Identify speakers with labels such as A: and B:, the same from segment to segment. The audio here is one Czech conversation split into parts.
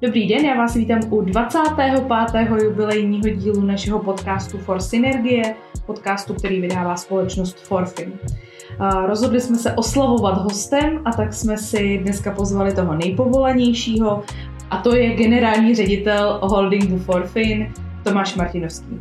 A: Dobrý den, já vás vítám u 25. jubilejního dílu našeho podcastu For Synergie, podcastu, který vydává společnost Forfin. Rozhodli jsme se oslavovat hostem a tak jsme si dneska pozvali toho nejpovolanějšího a to je generální ředitel holdingu Forfin Tomáš Martinovský.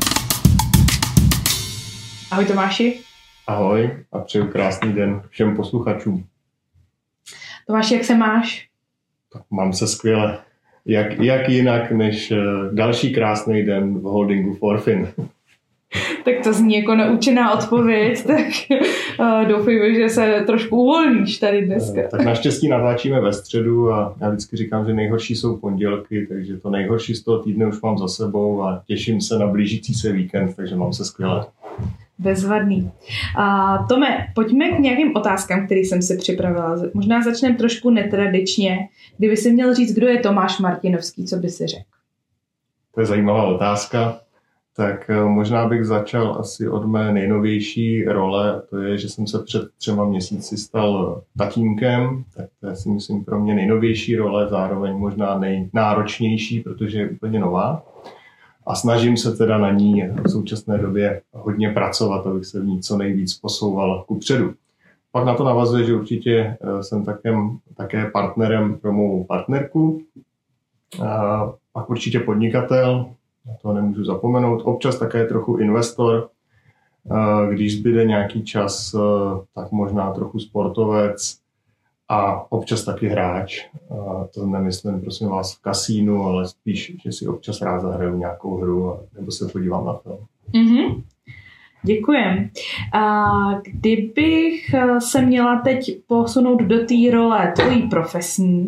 A: Ahoj Tomáši.
B: Ahoj a přeju krásný den všem posluchačům.
A: Tomáši, jak se máš?
B: Tak mám se skvěle. Jak jinak než další krásný den v holdingu Forfin.
A: Tak to zní jako naučená odpověď, tak doufejme, že se trošku uvolníš tady dneska.
B: Tak naštěstí natáčíme ve středu a já vždycky říkám, že nejhorší jsou pondělky, takže to nejhorší z toho týdne už mám za sebou a těším se na blížící se víkend, takže mám se skvěle.
A: Bezvadný. Tome, pojďme k nějakým otázkám, které jsem si připravila. Možná začneme trošku netradičně. Kdyby si měl říct, kdo je Tomáš Martinovský, co by si řekl?
B: To je zajímavá otázka. Tak možná bych začal asi od mé nejnovější role. To je, že jsem se před 3 měsíci stal tatínkem. Tak to je si myslím pro mě nejnovější role, zároveň možná nejnáročnější, protože je úplně nová. A snažím se teda na ní v současné době hodně pracovat, abych se v ní co nejvíc posouval kupředu. Pak na to navazuje, že určitě jsem také partnerem pro mou partnerku. Pak určitě podnikatel, na to nemůžu zapomenout. Občas také trochu investor. Když zbyde nějaký čas, tak možná trochu sportovec. A občas taky hráč. To nemyslím, prosím vás, v kasínu, ale spíš, že si občas rád zahraju nějakou hru nebo se podívám na film.
A: Mm-hmm. Děkujem. Kdybych se měla teď posunout do té role tvojí profesní,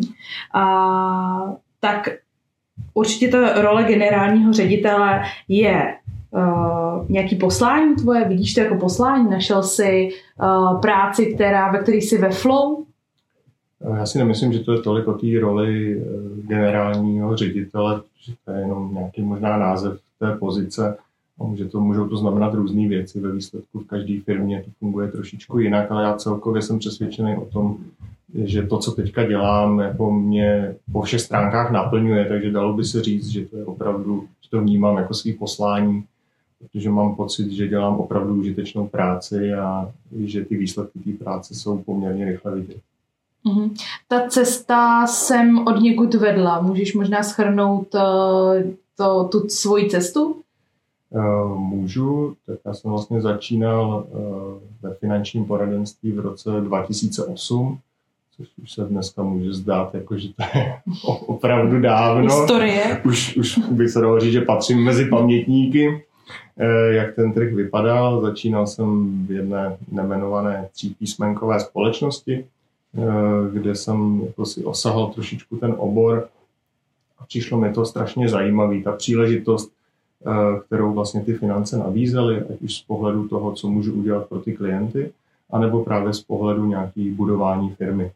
A: tak určitě ta role generálního ředitele je nějaký poslání tvoje? Vidíš to jako poslání? Našel jsi práci, ve které jsi ve flow?
B: Já si nemyslím, že to je tolik o té roli generálního ředitele, že to je jenom nějaký možná název té pozice. Můžou to znamenat různé věci ve výsledku. V každé firmě to funguje trošičku jinak, ale já celkově jsem přesvědčený o tom, že to, co teďka dělám, jako mě po všech stránkách naplňuje, takže dalo by se říct, že to je opravdu, že to vnímám jako svý poslání, protože mám pocit, že dělám opravdu užitečnou práci a že ty výsledky té práce jsou poměrně rychle vidět.
A: Ta cesta sem od někud vedla. Můžeš možná shrnout tu svoji cestu?
B: Můžu. Tak já jsem vlastně začínal ve finančním poradenství v roce 2008, což už se dneska může zdát, jako, že to je opravdu dávno.
A: Historie.
B: Už by se dalo říct, že patřím mezi pamětníky, jak ten trh vypadal. Začínal jsem v jedné nejmenované 3písmenkové společnosti, kde jsem jako si osahal trošičku ten obor a přišlo mi to strašně zajímavý. Ta příležitost, kterou vlastně ty finance nabízely, ať už z pohledu toho, co můžu udělat pro ty klienty, anebo právě z pohledu nějaký budování firmy.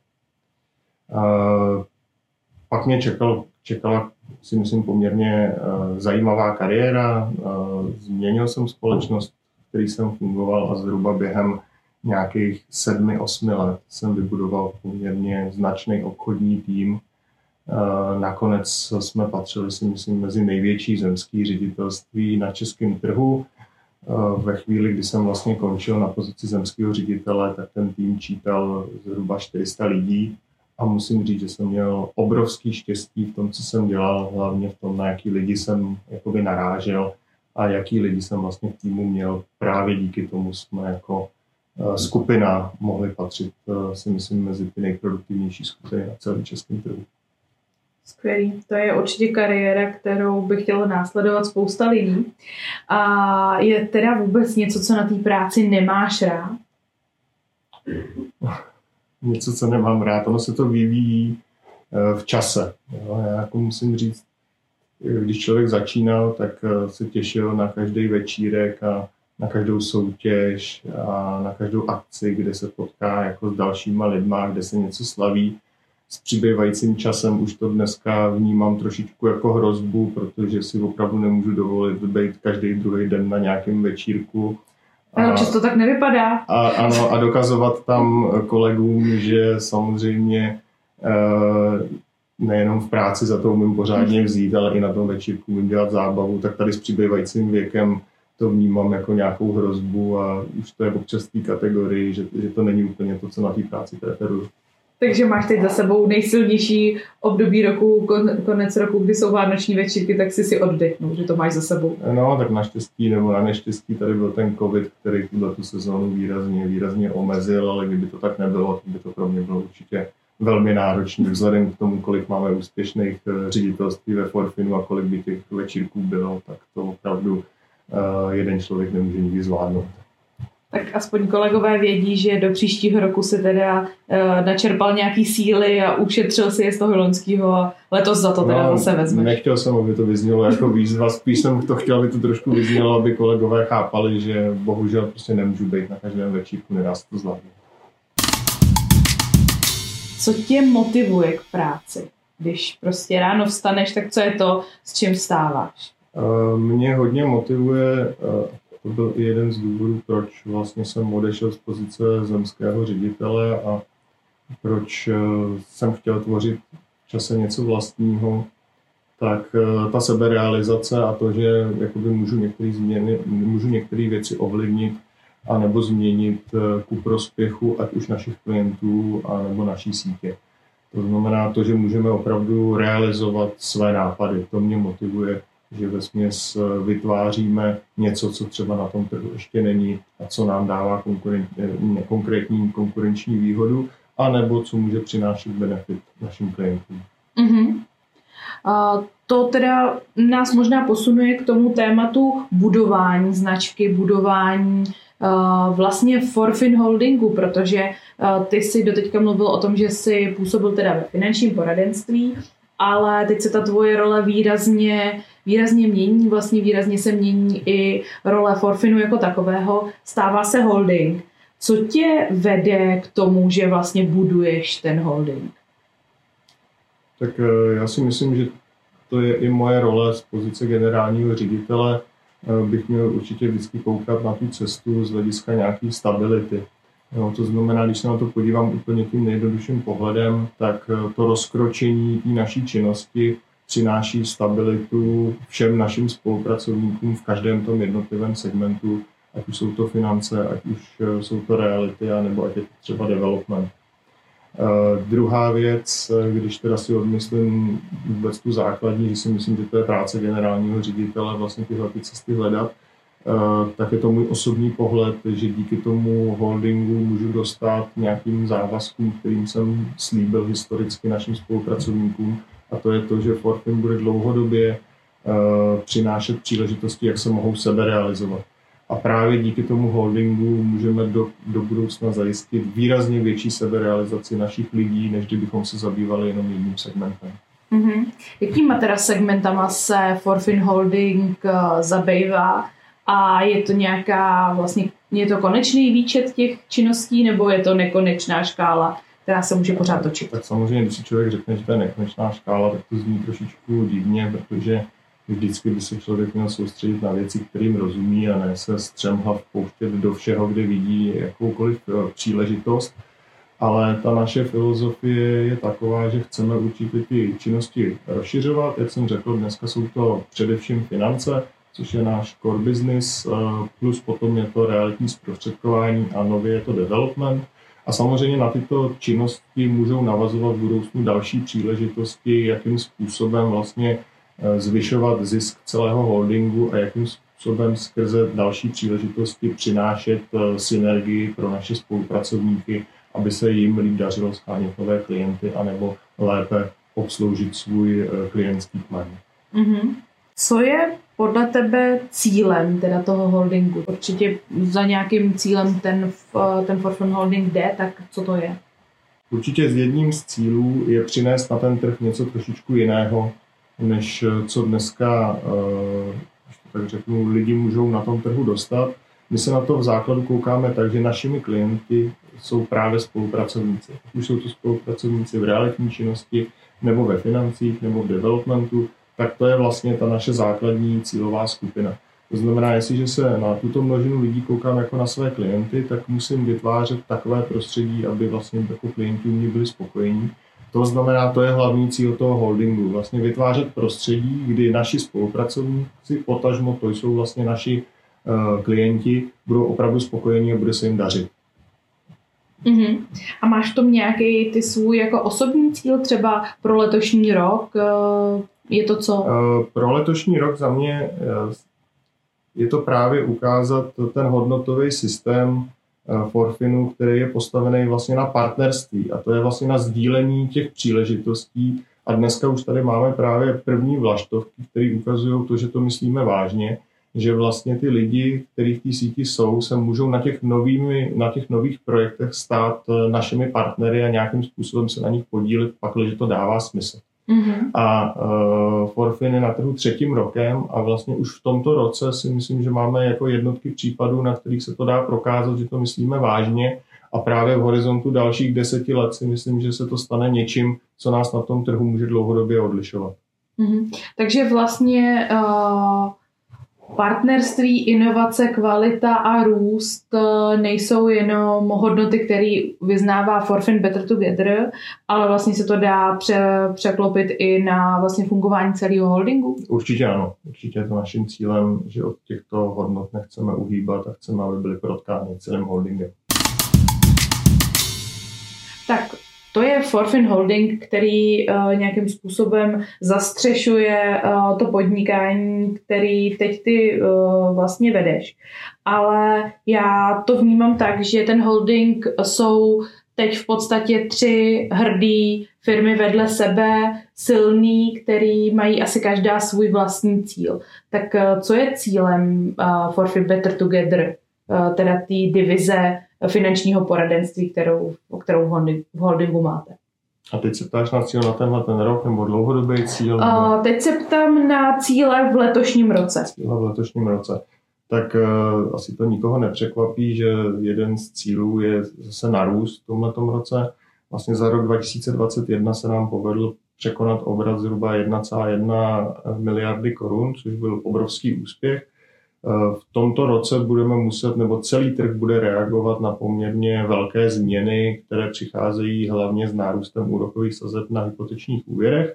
B: Pak mě čekala si myslím poměrně zajímavá kariéra. Změnil jsem společnost, v které jsem fungoval a zhruba během nějakých 7-8 let jsem vybudoval poměrně značný obchodní tým. Nakonec jsme patřili si myslím mezi největší zemský ředitelství na českém trhu. Ve chvíli, kdy jsem vlastně končil na pozici zemského ředitele, tak ten tým čítal zhruba 400 lidí a musím říct, že jsem měl obrovský štěstí v tom, co jsem dělal, hlavně v tom, na jaký lidi jsem jakoby narážel a jaký lidi jsem vlastně v týmu měl. Právě díky tomu jsme jako skupina mohly patřit, si myslím, mezi ty nejproduktivnější skupiny na celém českém trhu.
A: Skvělý. To je určitě kariéra, kterou by chtělo následovat spousta lidí. A je teda vůbec něco, co na té práci nemáš rád?
B: Něco, co nemám rád. Ono se to vyvíjí v čase. Jo? Já jako musím říct, když člověk začínal, tak se těšil na každý večírek a na každou soutěž a na každou akci, kde se potká jako s dalšíma lidma, kde se něco slaví. S přibývajícím časem už to dneska vnímám trošičku jako hrozbu, protože si opravdu nemůžu dovolit být každý druhý den na nějakém večírku.
A: Ano, často tak nevypadá.
B: A dokazovat tam kolegům, že samozřejmě nejenom v práci za to umím pořádně vzít, ale i na tom večírku umím dělat zábavu, tak tady s přibývajícím věkem to vnímám jako nějakou hrozbu a už to je občas v té kategorii, že to není úplně to, co na té práci preferuju.
A: Takže máš teď za sebou nejsilnější období roku, konec roku, kdy jsou vánoční večírky, tak si oddechnou, že to máš za sebou.
B: No, tak naštěstí nebo na neštěstí tady byl ten covid, který tu sezónu výrazně omezil, ale kdyby to tak nebylo, tak by to pro mě bylo určitě velmi náročné. Vzhledem k tomu, kolik máme úspěšných ředitelství ve Forfinu a kolik by těch večírků bylo, tak to opravdu jeden člověk nemůže nikdy zvládnout.
A: Tak aspoň kolegové vědí, že do příštího roku se teda načerpal nějaký síly a ušetřil si je z toho loňského a letos za to teda zase vezmeš.
B: Nechtěl jsem, aby to vyznělo jako výzva, spíš jsem to chtěl, aby to trošku vyznělo, aby kolegové chápali, že bohužel prostě nemůžu být na každém večírku, nedá se to zvládnout.
A: Co tě motivuje k práci? Když prostě ráno vstaneš, tak co je to, s čím vstáváš?
B: Mě hodně motivuje, to byl i jeden z důvodů, proč vlastně jsem odešel z pozice zemského ředitele a proč jsem chtěl tvořit v čase něco vlastního, tak ta seberealizace a to, že jakoby můžu některé věci ovlivnit a nebo změnit ku prospěchu ať už našich klientů a nebo naší sítě. To znamená to, že můžeme opravdu realizovat své nápady. To mě motivuje, že vesměs vytváříme něco, co třeba na tom trhu ještě není a co nám dává konkrétní konkurenční výhodu, anebo co může přinášet benefit našim klientům.
A: Mm-hmm. To teda nás možná posunuje k tomu tématu budování značky, budování vlastně Forfin Holdingu, protože ty jsi doteďka mluvil o tom, že jsi působil teda ve finančním poradenství, ale teď se ta tvoje role výrazně mění, vlastně výrazně se mění i role Forfinu jako takového, stává se holding. Co tě vede k tomu, že vlastně buduješ ten holding?
B: Tak já si myslím, že to je i moje role z pozice generálního ředitele. Bych měl určitě vždycky koukat na tu cestu z hlediska nějaké stability. Jo, to znamená, když se na to podívám úplně tím nejjednodušším pohledem, tak to rozkročení naší činnosti přináší stabilitu všem našim spolupracovníkům v každém tom jednotlivém segmentu, ať už jsou to finance, ať už jsou to reality, nebo ať je to třeba development. Druhá věc, když teda si odmyslím vůbec tu základní, že si myslím, že to je práce generálního ředitele vlastně tyhle cesty hledat, tak je to můj osobní pohled, že díky tomu holdingu můžu dostat nějakým závazkům, kterým jsem slíbil historicky našim spolupracovníkům, a to je to, že Forfin bude dlouhodobě přinášet příležitosti, jak se mohou sebe realizovat. A právě díky tomu holdingu můžeme do budoucna zajistit výrazně větší seberealizaci našich lidí, než kdybychom se zabývali jenom jedním segmentem.
A: Mm-hmm. Jakýma teda segmentama se Forfin Holding zabývá? A je to nějaká vlastně, je to konečný výčet těch činností, nebo je to nekonečná škála, která se může pořád točit?
B: Tak samozřejmě, když si člověk řekne, že to je nekonečná škála, tak to zní trošičku divně, protože vždycky by se člověk měl soustředit na věci, kterým rozumí a ne se střemhlav pouštět do všeho, kde vidí jakoukoliv příležitost. Ale ta naše filozofie je taková, že chceme určitě ty činnosti rozšiřovat. Jak jsem řekl, dneska jsou to především finance, což je náš core business, plus potom je to realitní zprostředkování a nově je to development. A samozřejmě na tyto činnosti můžou navazovat v budoucnu další příležitosti, jakým způsobem vlastně zvyšovat zisk celého holdingu a jakým způsobem skrze další příležitosti přinášet synergii pro naše spolupracovníky, aby se jim líp dařilo shánět nové klienty anebo lépe obsloužit svůj klientský plán.
A: Mm-hmm. Co je podle tebe cílem teda toho holdingu? Určitě za nějakým cílem ten Forfin Holding jde, tak co to je?
B: Určitě jedním z cílů je přinést na ten trh něco trošičku jiného, než co dneska, tak řeknu, lidi můžou na tom trhu dostat. My se na to v základu koukáme tak, že našimi klienty jsou právě spolupracovníci. Už jsou to spolupracovníci v realitní činnosti, nebo ve financích, nebo v developmentu, tak to je vlastně ta naše základní cílová skupina. To znamená, jestliže se na tuto množinu lidí koukám jako na své klienty, tak musím vytvářet takové prostředí, aby vlastně jako klienti u mě byli spokojení. To znamená, to je hlavní cíl toho holdingu. Vlastně vytvářet prostředí, kdy naši spolupracovníci, potažmo to jsou vlastně naši klienti, budou opravdu spokojení a bude se jim dařit.
A: Mm-hmm. A máš tom nějaký ty svůj jako osobní cíl třeba pro letošní rok? Je to co?
B: Pro letošní rok za mě je to právě ukázat ten hodnotový systém Forfinu, který je postavený vlastně na partnerství a to je vlastně na sdílení těch příležitostí a dneska už tady máme právě první vlaštovky, které ukazují to, že to myslíme vážně, že vlastně ty lidi, kteří v té síti jsou, se můžou na těch nových projektech stát našimi partnery a nějakým způsobem se na nich podílet, pakliže to dává smysl. Mm-hmm. A Forfin je na trhu 3. rokem a vlastně už v tomto roce si myslím, že máme jako jednotky případů, na kterých se to dá prokázat, že to myslíme vážně a právě v horizontu dalších 10 let si myslím, že se to stane něčím, co nás na tom trhu může dlouhodobě odlišovat.
A: Mm-hmm. Takže vlastně partnerství, inovace, kvalita a růst nejsou jenom hodnoty, které vyznává Forfin Better Together, ale vlastně se to dá překlopit i na vlastně fungování celého holdingu?
B: Určitě ano. Určitě je to naším cílem, že od těchto hodnot nechceme uhýbat a chceme, aby byly protkány celým holdingem.
A: Tak to je Forfin Holding, který nějakým způsobem zastřešuje to podnikání, který teď ty vlastně vedeš. Ale já to vnímám tak, že ten holding jsou teď v podstatě 3 hrdý firmy vedle sebe, silný, který mají asi každá svůj vlastní cíl. Tak co je cílem Forfin Better Together, teda té divize finančního poradenství, kterou v holdingu máte?
B: A teď se ptáš na cíl na ten rok nebo dlouhodobý cíl?
A: Teď se ptám na cíle v letošním roce.
B: Cíle v letošním roce. Tak asi to nikoho nepřekvapí, že jeden z cílů je zase narůst v tomhletom roce. Vlastně za rok 2021 se nám povedl překonat obrat zhruba 1,1 miliardy korun, což byl obrovský úspěch. V tomto roce budeme muset, nebo celý trh bude reagovat na poměrně velké změny, které přicházejí hlavně s nárůstem úrokových sazeb na hypotečních úvěrech.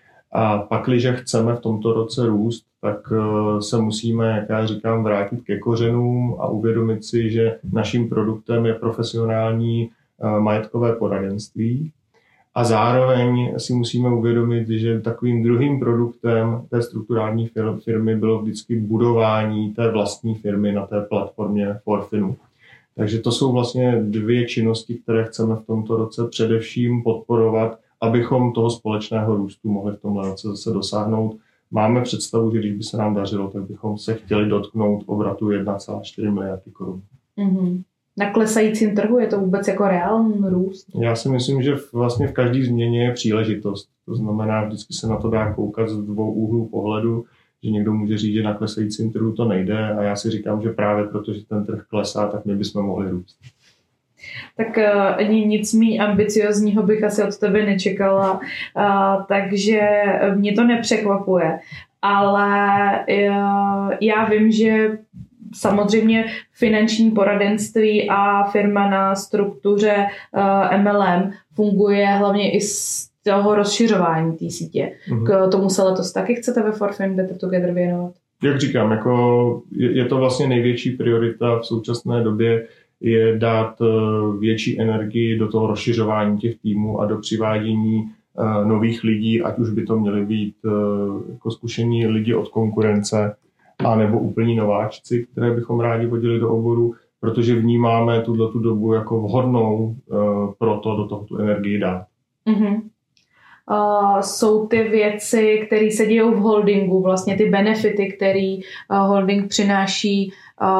B: A pakliže chceme v tomto roce růst, tak se musíme, jak já říkám, vrátit ke kořenům a uvědomit si, že naším produktem je profesionální majetkové poradenství. A zároveň si musíme uvědomit, že takovým druhým produktem té strukturální firmy bylo vždycky budování té vlastní firmy na té platformě Forfinu. Takže to jsou vlastně 2 činnosti, které chceme v tomto roce především podporovat, abychom toho společného růstu mohli v tomhle roce zase dosáhnout. Máme představu, že když by se nám dařilo, tak bychom se chtěli dotknout obratu 1,4 miliardy korun.
A: Mm-hmm. Na klesajícím trhu je to vůbec jako reálný růst?
B: Já si myslím, že vlastně v každé změně je příležitost. To znamená, vždycky se na to dá koukat z 2 úhlů pohledu, že někdo může říct, že na klesajícím trhu to nejde a já si říkám, že právě protože ten trh klesá, tak my bychom mohli růst.
A: Tak nic méně ambiciozního bych asi od tebe nečekala, takže mě to nepřekvapuje. Ale já vím, že samozřejmě finanční poradenství a firma na struktuře MLM funguje hlavně i z toho rozšiřování té sítě. K tomu se letos taky chcete ve Forfin Better Together věnovat?
B: Jak říkám, jako je to vlastně největší priorita v současné době, je dát větší energii do toho rozšiřování těch týmů a do přivádění nových lidí, ať už by to měly být jako zkušení lidi od konkurence, a nebo úplní nováčci, které bychom rádi vodili do oboru, protože vnímáme tu dobu jako vhodnou pro to do toho tu energii dát. Mm-hmm.
A: Jsou ty věci, které se dějou v holdingu, vlastně ty benefity, které holding přináší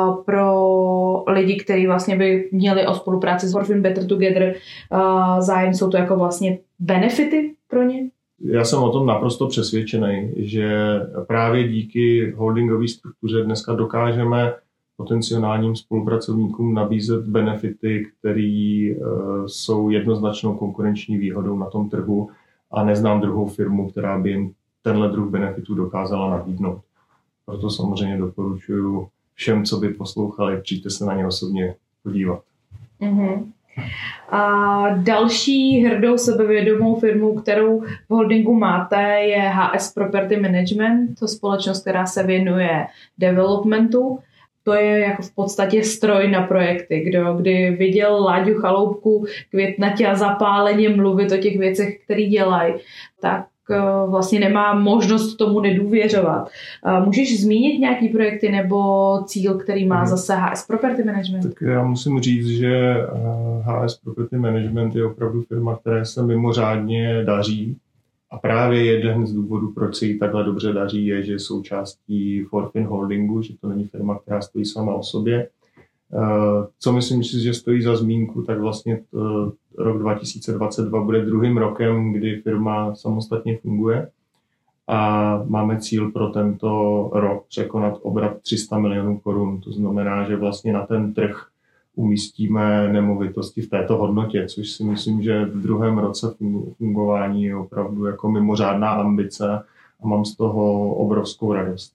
A: pro lidi, kteří vlastně by měli o spolupráci s Forfin Better Together zájem, jsou to jako vlastně benefity pro ně?
B: Já jsem o tom naprosto přesvědčený, že právě díky holdingové struktuře dneska dokážeme potenciálním spolupracovníkům nabízet benefity, které jsou jednoznačnou konkurenční výhodou na tom trhu a neznám druhou firmu, která by jim tenhle druh benefitů dokázala nabídnout. Proto samozřejmě doporučuji všem, co by poslouchali, přijďte se na ně osobně podívat.
A: Mm-hmm. A další hrdou sebevědomou firmou, kterou v holdingu máte, je HS Property Management, to společnost, která se věnuje developmentu. To je jako v podstatě stroj na projekty. Kdy viděl Láďu Chaloupku květnatě a zapáleně mluvit o těch věcech, které dělají, tak vlastně nemá možnost tomu nedůvěřovat. Můžeš zmínit nějaký projekty nebo cíl, který má zase HS Property Management?
B: Tak já musím říct, že HS Property Management je opravdu firma, které se mimořádně daří. A právě jeden z důvodů, proč se jí takhle dobře daří, je, že je součástí Forfin Holdingu, že to není firma, která stojí sama o sobě. Co myslím si, že stojí za zmínku, tak vlastně rok 2022 bude druhým rokem, kdy firma samostatně funguje a máme cíl pro tento rok překonat obrat 300 milionů korun. To znamená, že vlastně na ten trh umístíme nemovitosti v této hodnotě, což si myslím, že v druhém roce fungování je opravdu jako mimořádná ambice a mám z toho obrovskou radost.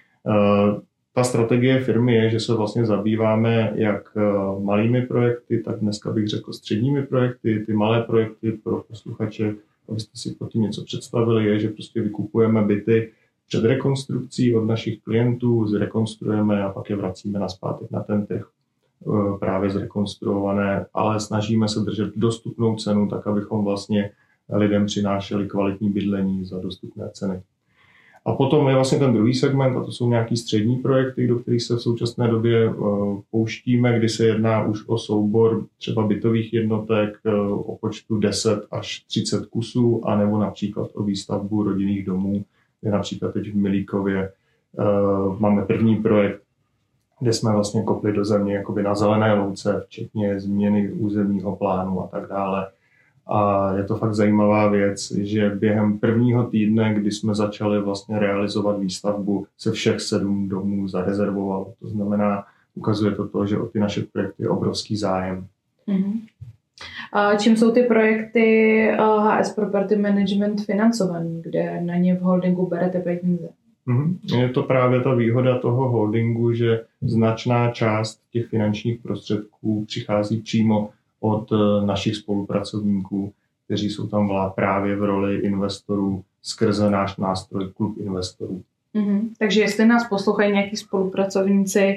B: Ta strategie firmy je, že se vlastně zabýváme jak malými projekty, tak dneska bych řekl středními projekty. Ty malé projekty pro posluchače, abyste si pod tím něco představili, je, že prostě vykupujeme byty před rekonstrukcí od našich klientů, zrekonstruujeme a pak je vracíme nazpátek na ten trh právě zrekonstruované, ale snažíme se držet dostupnou cenu, tak abychom vlastně lidem přinášeli kvalitní bydlení za dostupné ceny. A potom je vlastně ten druhý segment, a to jsou nějaký střední projekty, do kterých se v současné době pouštíme, kdy se jedná už o soubor třeba bytových jednotek o počtu 10 až 30 kusů, anebo například o výstavbu rodinných domů, kde například teď v Milíkově máme první projekt, kde jsme vlastně kopli do země jakoby na zelené louce, včetně změny územního plánu a tak dále. A je to fakt zajímavá věc, že během prvního týdne, kdy jsme začali vlastně realizovat výstavbu, se všech 7 domů zarezervovalo. To znamená, ukazuje to, že o ty naše projekty je obrovský zájem.
A: Mm-hmm. A čím jsou ty projekty HS Property Management financovaný, kde na ně v holdingu berete peníze?
B: Je to právě ta výhoda toho holdingu, že značná část těch finančních prostředků přichází přímo od našich spolupracovníků, kteří jsou tam právě v roli investorů skrze náš nástroj Klub investorů.
A: Takže jestli nás poslouchají nějaký spolupracovníci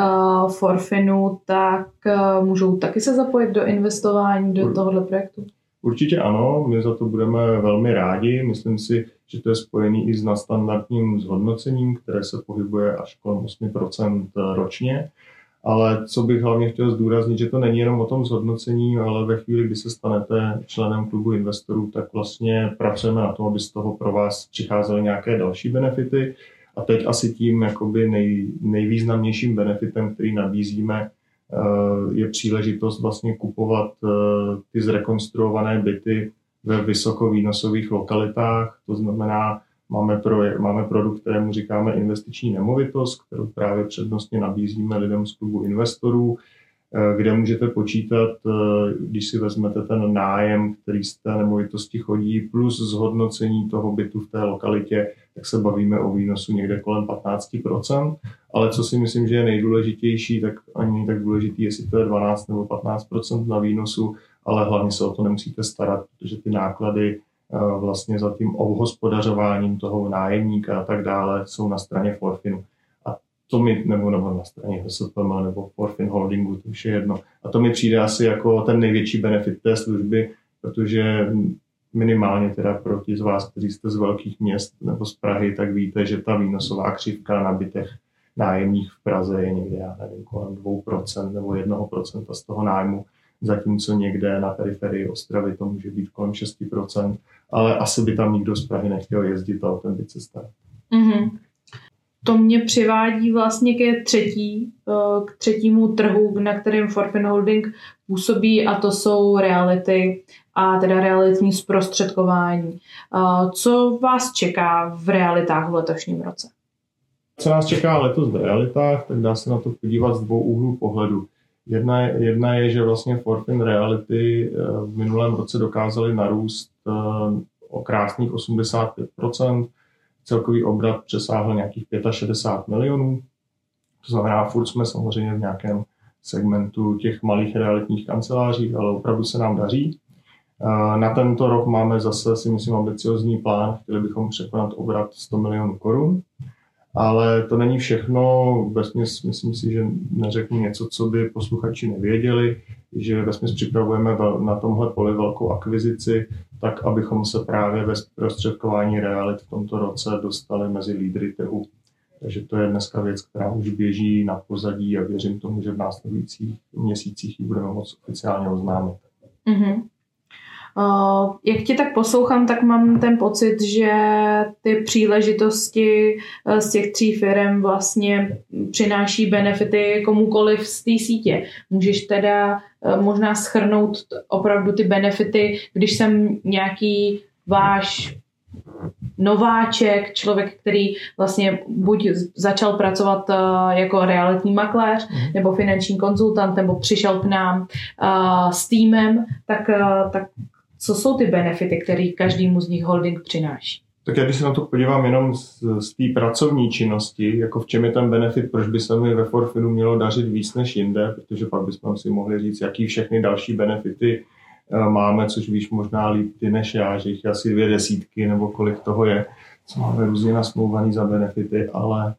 A: Forfinu, tak můžou taky se zapojit do investování do tohohle projektu?
B: Určitě ano, my za to budeme velmi rádi. Myslím si, že to je spojený i s nadstandardním zhodnocením, které se pohybuje až kolem 8% ročně. Ale co bych hlavně chtěl zdůraznit, že to není jenom o tom zhodnocení, ale ve chvíli, kdy se stanete členem klubu investorů, tak vlastně pracujeme na tom, aby z toho pro vás přicházely nějaké další benefity. A teď asi tím jakoby nejvýznamnějším benefitem, který nabízíme, je příležitost vlastně kupovat ty zrekonstruované byty ve vysokovýnosových lokalitách. To znamená, máme produkt, kterému říkáme investiční nemovitost, kterou právě přednostně nabízíme lidem z klubu investorů, kde můžete počítat, když si vezmete ten nájem, který z té nemovitosti chodí, plus zhodnocení toho bytu v té lokalitě, tak se bavíme o výnosu někde kolem 15%. Ale co si myslím, že je nejdůležitější, tak ani není tak důležitý, jestli to je 12 nebo 15% na výnosu, ale hlavně se o to nemusíte starat, protože ty náklady vlastně za tím obhospodařováním toho nájemníka a tak dále jsou na straně Forfinu. A to mi, nebo na straně HSPM nebo Forfin Holdingu, to už je jedno. A to mi přijde asi jako ten největší benefit té služby, protože minimálně teda pro ti z vás, kteří jste z velkých měst nebo z Prahy, tak víte, že ta výnosová křivka na bytech nájemních v Praze je někde, já nevím, kolem 2% nebo 1% z toho nájmu, zatímco někde na periferii Ostravy to může být kolem 6%, ale asi by tam nikdo z Prahy nechtěl jezdit a o ten byt se starat.
A: To mě přivádí vlastně k třetímu trhu, na kterém Forfin Holding působí, a to jsou reality a teda realitní zprostředkování. Co vás čeká v realitách v letošním roce?
B: Co nás čeká letos v realitách, tak dá se na to podívat z 2 úhlů pohledu. Jedna je, že vlastně Forfin Reality v minulém roce dokázali narůst o krásných 85%. Celkový obrat přesáhl nějakých 65 milionů. To znamená, furt jsme samozřejmě v nějakém segmentu těch malých realitních kanceláří, ale opravdu se nám daří. Na tento rok máme zase, si myslím, ambiciozní plán, chtěli bychom překonat obrat 100 milionů korun, ale to není všechno. Vesměs myslím si, že neřeknu něco, co by posluchači nevěděli, že vesměs připravujeme na tomhle poli velkou akvizici, tak abychom se právě ve zprostředkování realit v tomto roce dostali mezi lídry trhu. Takže to je dneska věc, která už běží na pozadí a věřím tomu, že v následujících měsících ji budeme moct oficiálně oznámit.
A: Mm-hmm. Jak tě tak poslouchám, tak mám ten pocit, že ty příležitosti z těch 3 firem vlastně přináší benefity komukoliv z té sítě. Můžeš teda možná shrnout opravdu ty benefity, když jsem nějaký váš nováček, člověk, který vlastně buď začal pracovat jako realitní makléř, nebo finanční konzultant, nebo přišel k nám s týmem, tak co jsou ty benefity, které každému z nich holding přináší?
B: Tak já když se na to podívám jenom z té pracovní činnosti, jako v čem je ten benefit, proč by se mi ve Forfinu mělo dařit víc než jinde, protože pak bychom si mohli říct, jaký všechny další benefity máme, což víš možná líp ty než já, že jich je asi 200 nebo kolik toho je, co máme různě nasmlouvaný za benefity, ale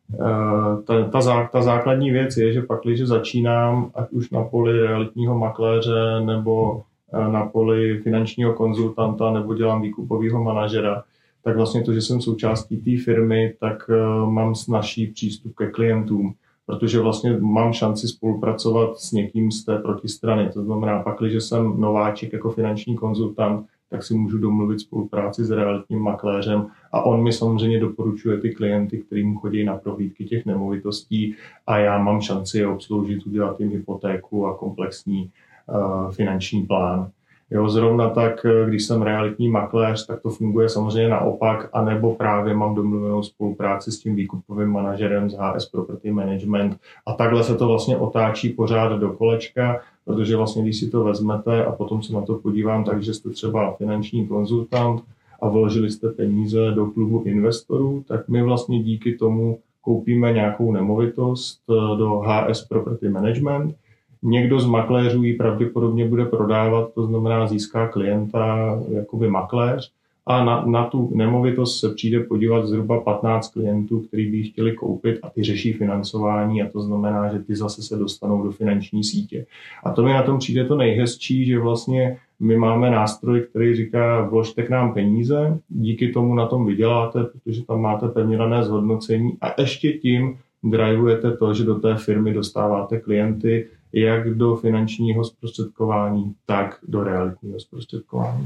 B: ta základní věc je, že pak, když začínám, ať už na poli realitního makléře nebo na poli finančního konzultanta nebo dělám výkupového manažera, tak vlastně to, že jsem součástí té firmy, tak mám snazší přístup ke klientům, protože vlastně mám šanci spolupracovat s někým z té protistrany. To znamená, pak, když jsem nováček jako finanční konzultant, tak si můžu domluvit spolupráci s realitním makléřem a on mi samozřejmě doporučuje ty klienty, kterým chodí na prohlídky těch nemovitostí a já mám šanci je obsloužit, udělat jim hypotéku a komplexní finanční plán. Jo, zrovna tak, když jsem realitní makléř, tak to funguje samozřejmě naopak, anebo právě mám domluvenou spolupráci s tím výkupovým manažerem z HS Property Management a takhle se to vlastně otáčí pořád do kolečka, protože vlastně, když si to vezmete a potom se na to podívám, takže jste třeba finanční konzultant a vložili jste peníze do klubu investorů, tak my vlastně díky tomu koupíme nějakou nemovitost do HS Property Management. Někdo z makléřů ji pravděpodobně bude prodávat, to znamená získá klienta jakoby makléř a na tu nemovitost se přijde podívat zhruba 15 klientů, kteří by ji chtěli koupit a ty řeší financování a to znamená, že ty zase se dostanou do finanční sítě. A to mi na tom přijde to nejhezčí, že vlastně my máme nástroj, který říká vložte k nám peníze, díky tomu na tom vyděláte, protože tam máte pevně dané zhodnocení a ještě tím drivujete to, že do té firmy dostáváte klienty, jak do finančního zprostředkování, tak do realitního zprostředkování.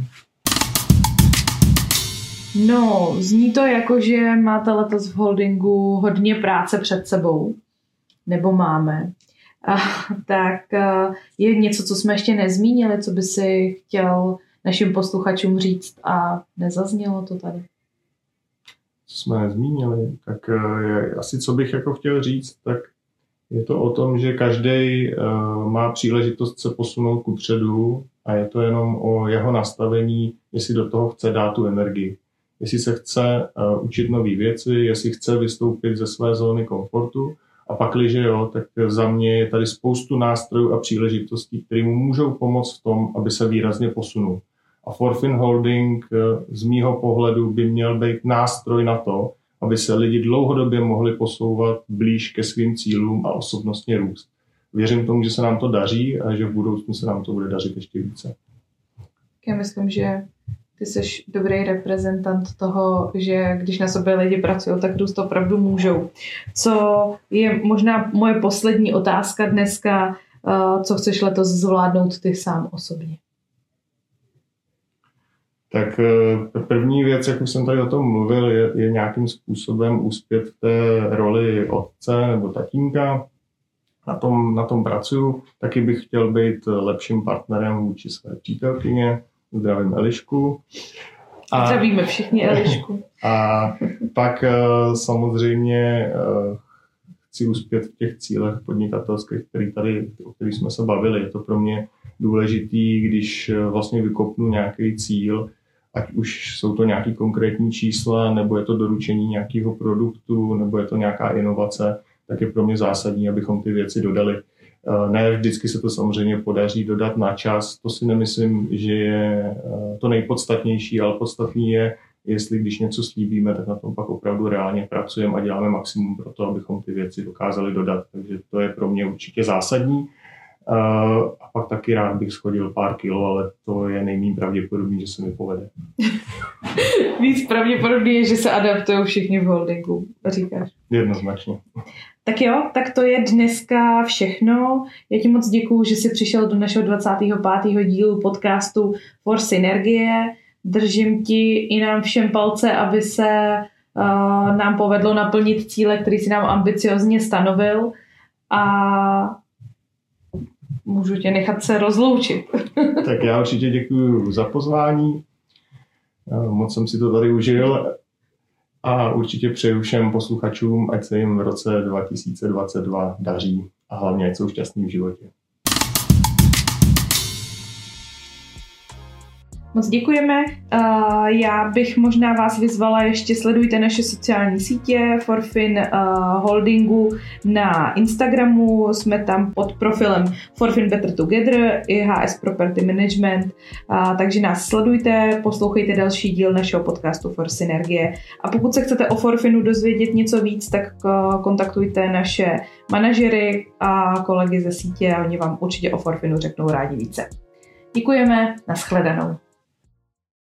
A: No, zní to jako, že máte letos v holdingu hodně práce před sebou, nebo máme. Tak je něco, co jsme ještě nezmínili, co by si chtěl našim posluchačům říct a nezaznělo to tady?
B: Co jsme nezmínili, tak asi co bych jako chtěl říct, tak je to o tom, že každý má příležitost se posunout kupředu a je to jenom o jeho nastavení, jestli do toho chce dát tu energii. Jestli se chce učit nové věci, jestli chce vystoupit ze své zóny komfortu a pakliže jo, tak za mě je tady spoustu nástrojů a příležitostí, které mu můžou pomoct v tom, aby se výrazně posunul. A Forfin Holding z mýho pohledu by měl být nástroj na to, aby se lidi dlouhodobě mohli posouvat blíž ke svým cílům a osobnostně růst. Věřím tomu, že se nám to daří a že v budoucnu se nám to bude dařit ještě více.
A: Já myslím, že ty jsi dobrý reprezentant toho, že když na sobě lidi pracují, tak růst opravdu můžou. Co je možná moje poslední otázka dneska, co chceš letos zvládnout ty sám osobně?
B: Tak první věc, jak už jsem tady o tom mluvil, je nějakým způsobem uspět v té roli otce nebo tatínka. Na tom pracuju. Taky bych chtěl být lepším partnerem vůči své přítelkyně. Zdravím Elišku.
A: Zdravíme všichni Elišku.
B: A pak samozřejmě chci uspět v těch cílech podnikatelských, o kterých jsme se bavili. Je to pro mě důležitý, když vlastně vykopnu nějaký cíl, ať už jsou to nějaké konkrétní čísla, nebo je to doručení nějakého produktu, nebo je to nějaká inovace, tak je pro mě zásadní, abychom ty věci dodali. Ne vždycky se to samozřejmě podaří dodat na čas. To si nemyslím, že je to nejpodstatnější, ale podstatný je, jestli když něco slíbíme, tak na tom pak opravdu reálně pracujeme a děláme maximum pro to, abychom ty věci dokázali dodat. Takže to je pro mě určitě zásadní. A pak taky rád bych schodil pár kilo, ale to je nejméně pravděpodobný, že se mi povede.
A: Víc pravděpodobný je, že se adaptují všichni v holdingu, říkáš.
B: Jednoznačně.
A: Tak jo, tak to je dneska všechno. Já ti moc děkuju, že jsi přišel do našeho 25. dílu podcastu For Synergie. Držím ti i nám všem palce, aby se nám povedlo naplnit cíle, který si nám ambiciozně stanovil, a můžu tě nechat se rozloučit.
B: Tak já určitě děkuji za pozvání. Moc jsem si to tady užil a určitě přeju všem posluchačům, ať se jim v roce 2022 daří a hlavně ať jsou šťastní v životě.
A: Moc děkujeme. Já bych možná vás vyzvala, ještě sledujte naše sociální sítě Forfin Holdingu na Instagramu. Jsme tam pod profilem Forfin Better Together i HS Property Management. Takže nás sledujte, poslouchejte další díl našeho podcastu For Synergie. A pokud se chcete o Forfinu dozvědět něco víc, tak kontaktujte naše manažery a kolegy ze sítě a oni vám určitě o Forfinu řeknou rádi více. Děkujeme, nashledanou.